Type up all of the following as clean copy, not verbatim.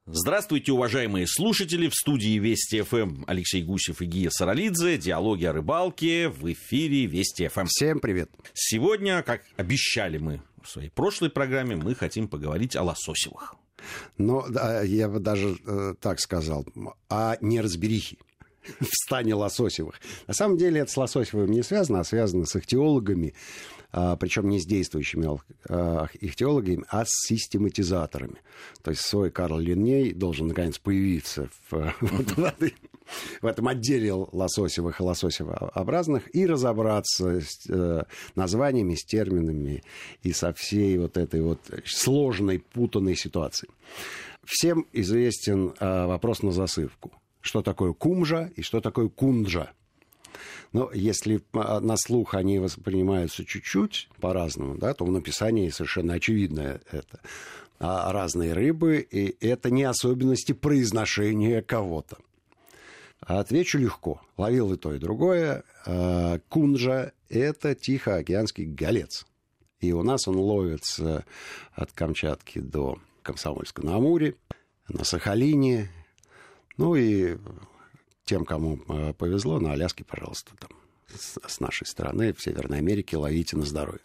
Здравствуйте, уважаемые слушатели. В студии Вести ФМ Алексей Гусев и Гия Саралидзе. Диалоги о рыбалке в эфире Вести ФМ. Всем привет. Сегодня, как обещали мы в своей прошлой программе, мы хотим поговорить о лососевых. Но я бы даже так сказал, о неразберихе в стане лососевых. На самом деле это с лососевым не связано, а связано с ихтиологами, причем не с действующими ихтиологами, а с систематизаторами. То есть свой Карл Линней должен наконец появиться в этом отделе лососевых и лососевообразных и разобраться с названиями, с терминами и со всей вот этой вот сложной, путанной ситуацией. Всем известен вопрос на засыпку. Что такое кумжа и что такое кунджа? Но если на слух они воспринимаются чуть-чуть по-разному, да, то в написании совершенно очевидно это. Разные рыбы, и это не особенности произношения кого-то. Отвечу легко. Ловил и то, и другое. Кунджа – это тихоокеанский голец. И у нас он ловится от Камчатки до Комсомольска-на-Амуре, на Сахалине. Ну и тем, кому повезло, на Аляске, пожалуйста, там, с нашей стороны, в Северной Америке, ловите на здоровье.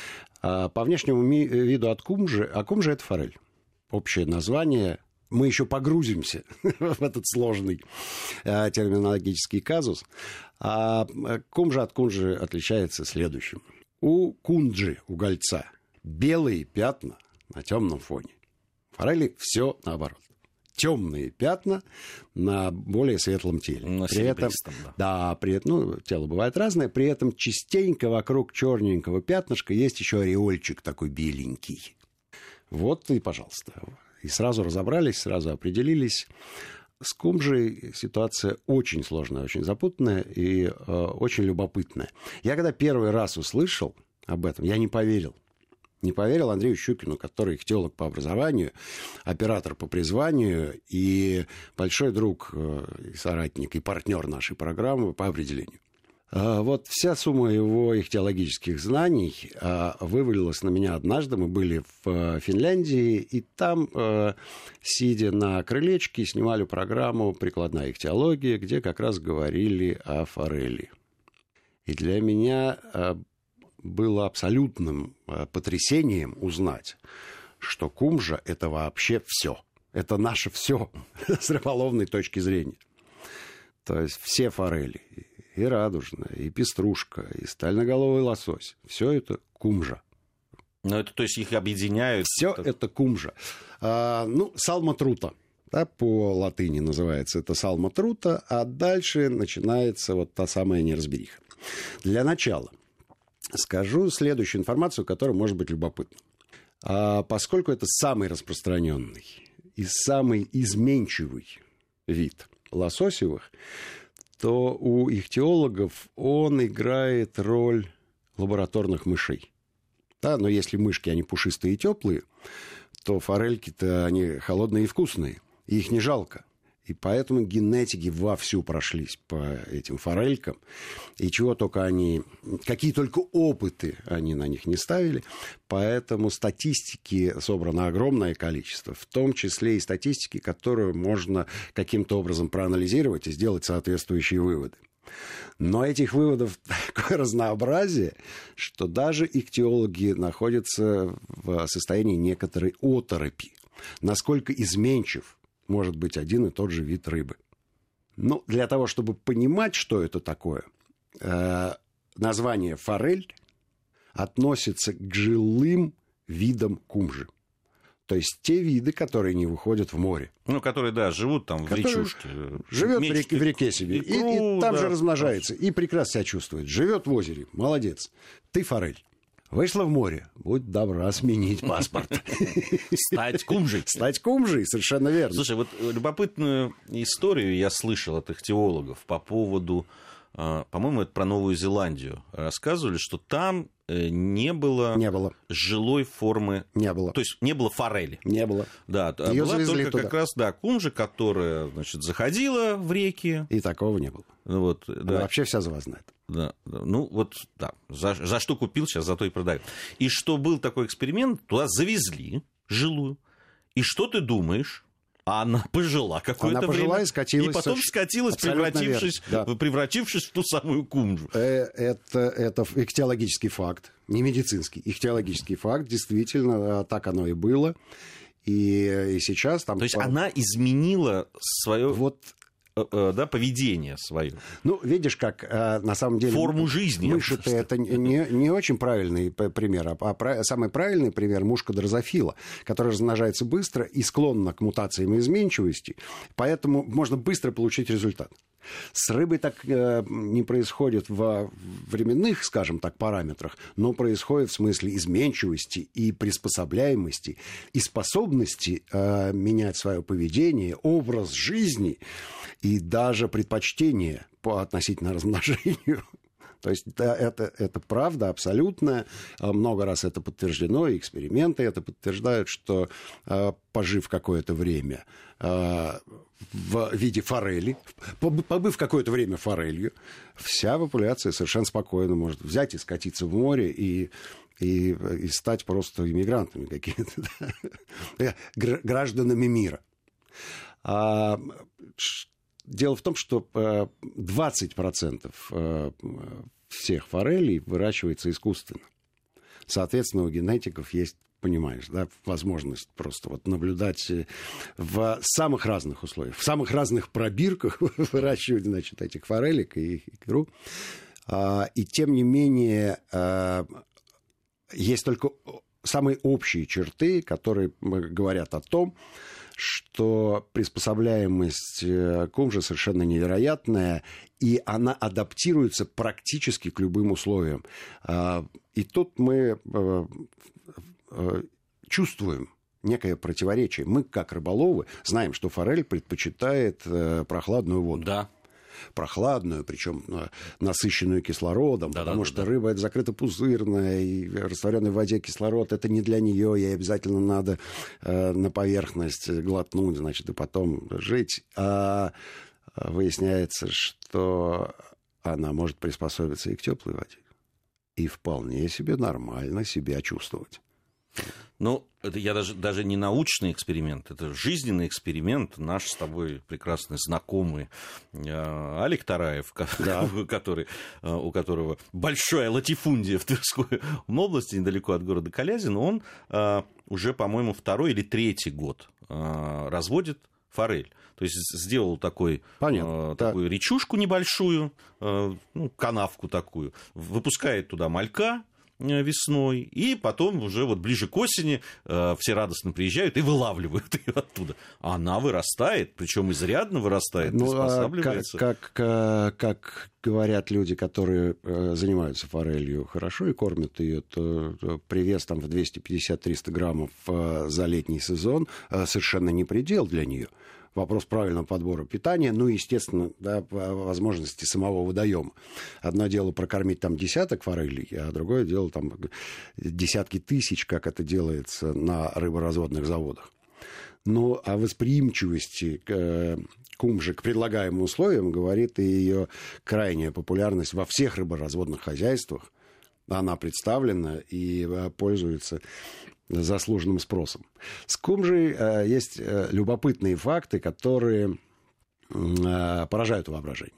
По внешнему виду от кумжи, а кумжа – это форель. Общее название. Мы еще погрузимся в этот сложный терминологический казус. А кумжа от кунжи отличается следующим. У кунджи, у гольца, белые пятна на темном фоне. Форели все наоборот. Темные пятна на более светлом теле. На при этом, да, при этом, тело бывает разное, при этом частенько вокруг черненького пятнышка есть еще ореольчик такой беленький. Вот и, пожалуйста. И сразу разобрались, сразу определились. С кумжей ситуация очень сложная, очень запутанная и очень любопытная. Я когда первый раз услышал об этом, я не поверил. Не поверил Андрею Щукину, который ихтиолог по образованию, оператор по призванию и большой друг, и соратник, и партнер нашей программы по определению. Вот вся сумма его ихтиологических знаний вывалилась на меня однажды. Мы были в Финляндии, и там, сидя на крылечке, снимали программу «Прикладная ихтиология», где как раз говорили о форели. И для меня было абсолютным потрясением узнать, что кумжа – это вообще все. Это наше все с рыболовной точки зрения. То есть все форели, и радужная, и пеструшка, и стальноголовый лосось – все это кумжа. Ну, это, то есть их объединяют? Все это кумжа. Салма трута. Да, по латыни называется это салма трута, а дальше начинается вот та самая неразбериха. Для начала скажу следующую информацию, которая может быть любопытна. Поскольку это самый распространенный и самый изменчивый вид лососевых, то у ихтиологов он играет роль лабораторных мышей. Да, но если мышки, они пушистые и теплые, то форельки-то они холодные и вкусные, и их не жалко. И поэтому генетики вовсю прошлись по этим форелькам. И чего только они... Какие только опыты они на них не ставили. Поэтому статистики собрано огромное количество. В том числе и статистики, которую можно каким-то образом проанализировать и сделать соответствующие выводы. Но этих выводов такое разнообразие, что даже ихтиологи находятся в состоянии некоторой оторопи. Насколько изменчив может быть один и тот же вид рыбы. Но для того, чтобы понимать, что это такое, название форель относится к жилым видам кумжи. То есть те виды, которые не выходят в море. Ну, которые, да, живут там в речушке. Живет в реке себе. И там же размножается. И прекрасно себя чувствует. Живет в озере. Молодец. Ты форель. Вышла в море, будь добра сменить паспорт. Стать кумжей. Стать кумжей, совершенно верно. Слушай, вот любопытную историю я слышал от ихтиологов по поводу, по-моему, это про Новую Зеландию. Рассказывали, что там не было жилой формы. Не было. То есть не было форели. Не было. Да, её была завезли только туда. как раз, да, кумжа, которая, значит, заходила в реки. И такого не было. Вот, Она да. вообще вся завозная. Да, ну вот, да, за что купил, сейчас за то и продают. И что был такой эксперимент, туда завезли жилую. И что ты думаешь? А она пожила какое-то время. И потом скатилась, превратившись в ту самую кумжу. Это ихтиологический факт, не медицинский. Ихтиологический факт, действительно, так оно и было. И сейчас там... То есть она изменила свое... поведение свое. Ну, видишь, как на самом деле... Форму жизни. Мыши-то это не очень правильный пример, а самый правильный пример мушка дрозофила, которая размножается быстро и склонна к мутациям и изменчивости, поэтому можно быстро получить результат. С рыбой так не происходит во временных, скажем так, параметрах, но происходит в смысле изменчивости и приспособляемости, и способности менять свое поведение, образ жизни и даже предпочтение по относительно размножению. То есть да, это правда абсолютная. Много раз это подтверждено, и эксперименты это подтверждают, что пожив какое-то время в виде форели, побыв какое-то время форелью, вся популяция совершенно спокойно может взять и скатиться в море и стать просто иммигрантами какими-то, да? Гражданами мира. Дело в том, что 20% всех форелей выращивается искусственно. Соответственно, у генетиков есть, понимаешь, да, возможность просто вот наблюдать в самых разных условиях, в самых разных пробирках выращивать, значит, этих форелек и икру. И тем не менее, есть только самые общие черты, которые говорят о том, что приспособляемость кумжи совершенно невероятная, и она адаптируется практически к любым условиям. И тут мы чувствуем некое противоречие. Мы, как рыболовы, знаем, что форель предпочитает прохладную воду. Да. Прохладную, причем насыщенную кислородом, потому что рыба это закрытопузырная, и растворенный в воде кислород это не для нее, ей обязательно надо на поверхность глотнуть, значит, и потом жить. А выясняется, что она может приспособиться и к теплой воде, и вполне себе нормально себя чувствовать. Ну, это я даже не научный эксперимент, это жизненный эксперимент. Наш с тобой прекрасный знакомый Алик Тараев, у которого большая латифундия в Тверской области, недалеко от города Калязин, он уже, по-моему, 2-й или 3-й год разводит форель. То есть сделал такую речушку небольшую, канавку такую, выпускает туда малька весной, и потом уже вот ближе к осени все радостно приезжают и вылавливают ее оттуда. А она вырастает, причем изрядно вырастает, приспосабливается. Как говорят люди, которые занимаются форелью хорошо и кормят ее, то привес там в 250-300 граммов за летний сезон совершенно не предел для нее. Вопрос правильного подбора питания, естественно, да, возможности самого водоема. Одно дело прокормить там десяток форелей, а другое дело там десятки тысяч, как это делается на рыборазводных заводах. Но о восприимчивости кумжи к предлагаемым условиям говорит и ее крайняя популярность во всех рыборазводных хозяйствах. Она представлена и пользуется заслуженным спросом. С кумжей есть любопытные факты, которые поражают воображение.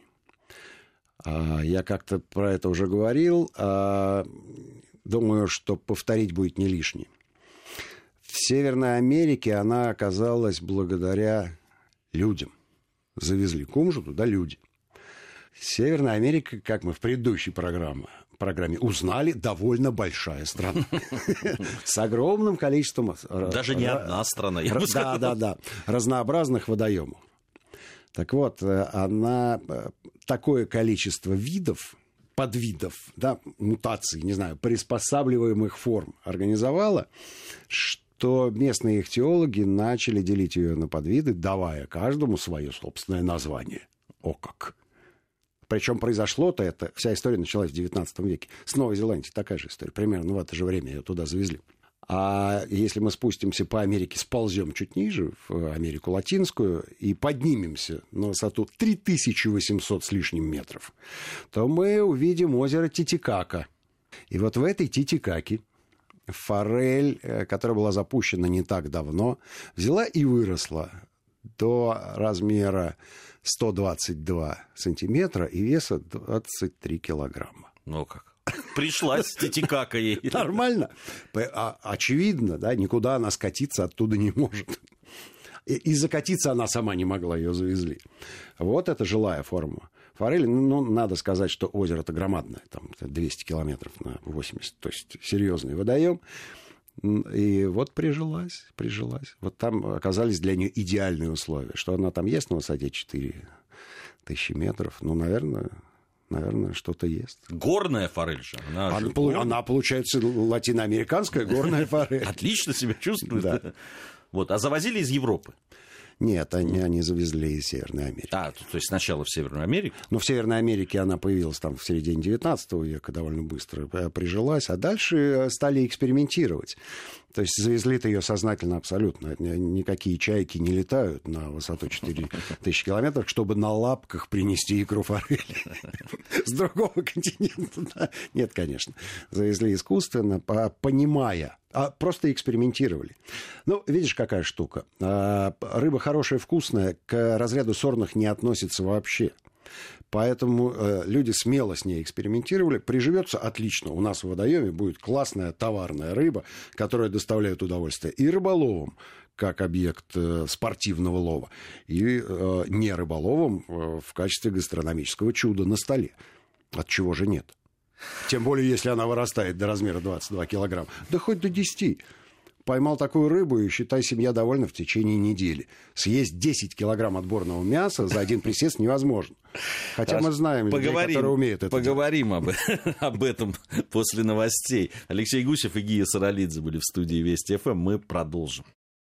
Я как-то про это уже говорил. Думаю, что повторить будет не лишним. В Северной Америке она оказалась благодаря людям. Завезли кумжу туда люди. Северная Америка, как мы в предыдущей программе узнали, довольно большая страна. С огромным количеством... Даже не одна страна, я бы сказал. Да. Разнообразных водоемов. Так вот, она такое количество видов, подвидов, да, мутаций, не знаю, приспосабливаемых форм организовала, что местные ихтиологи начали делить ее на подвиды, давая каждому свое собственное название. О как! Причем произошло-то это, вся история началась в XIX веке. С Новой Зеландии такая же история. Примерно в это же время ее туда завезли. А если мы спустимся по Америке, сползем чуть ниже, в Америку Латинскую, и поднимемся на высоту 3800 с лишним метров, то мы увидим озеро Титикака. И вот в этой Титикаке форель, которая была запущена не так давно, взяла и выросла до размера 122 сантиметра и веса 23 килограмма. Ну как? Пришлась тетикака ей. Нормально. Очевидно, да, никуда она скатиться оттуда не может. И закатиться она сама не могла, ее завезли. Вот это жилая форма форели. Ну, надо сказать, что озеро-то громадное, там 200 километров на 80, то есть серьезный водоем. И вот прижилась. Вот там оказались для нее идеальные условия. Что она там ест на высоте 4000 метров? Ну, наверное, что-то ест. Горная форель же. Она получается, латиноамериканская горная форель. Отлично себя чувствует. Да. Вот. А завозили из Европы? Нет, они завезли из Северной Америки. То есть сначала в Северную Америку? Ну, в Северной Америке она появилась там в середине 19 века, довольно быстро прижилась, а дальше стали экспериментировать. То есть завезли-то ее сознательно абсолютно. Никакие чайки не летают на высоту 4000 километров, чтобы на лапках принести икру форели с другого континента. Нет, конечно. Завезли искусственно, понимая. Просто экспериментировали. Ну, видишь, какая штука. Рыба хорошая, вкусная, к разряду сорных не относится вообще. Поэтому люди смело с ней экспериментировали. Приживется отлично. У нас в водоеме будет классная товарная рыба, которая доставляет удовольствие и рыболовам, как объект спортивного лова, и не рыболовам в качестве гастрономического чуда на столе. От чего же нет? Тем более, если она вырастает до размера 22 килограмма. Да хоть до 10. Поймал такую рыбу, и, считай, семья довольна в течение недели. Съесть 10 килограмм отборного мяса за один присест невозможно. Хотя мы знаем людей, которые умеют это Поговорим об этом после новостей. Алексей Гусев и Гия Саралидзе были в студии Вести ФМ. Мы продолжим.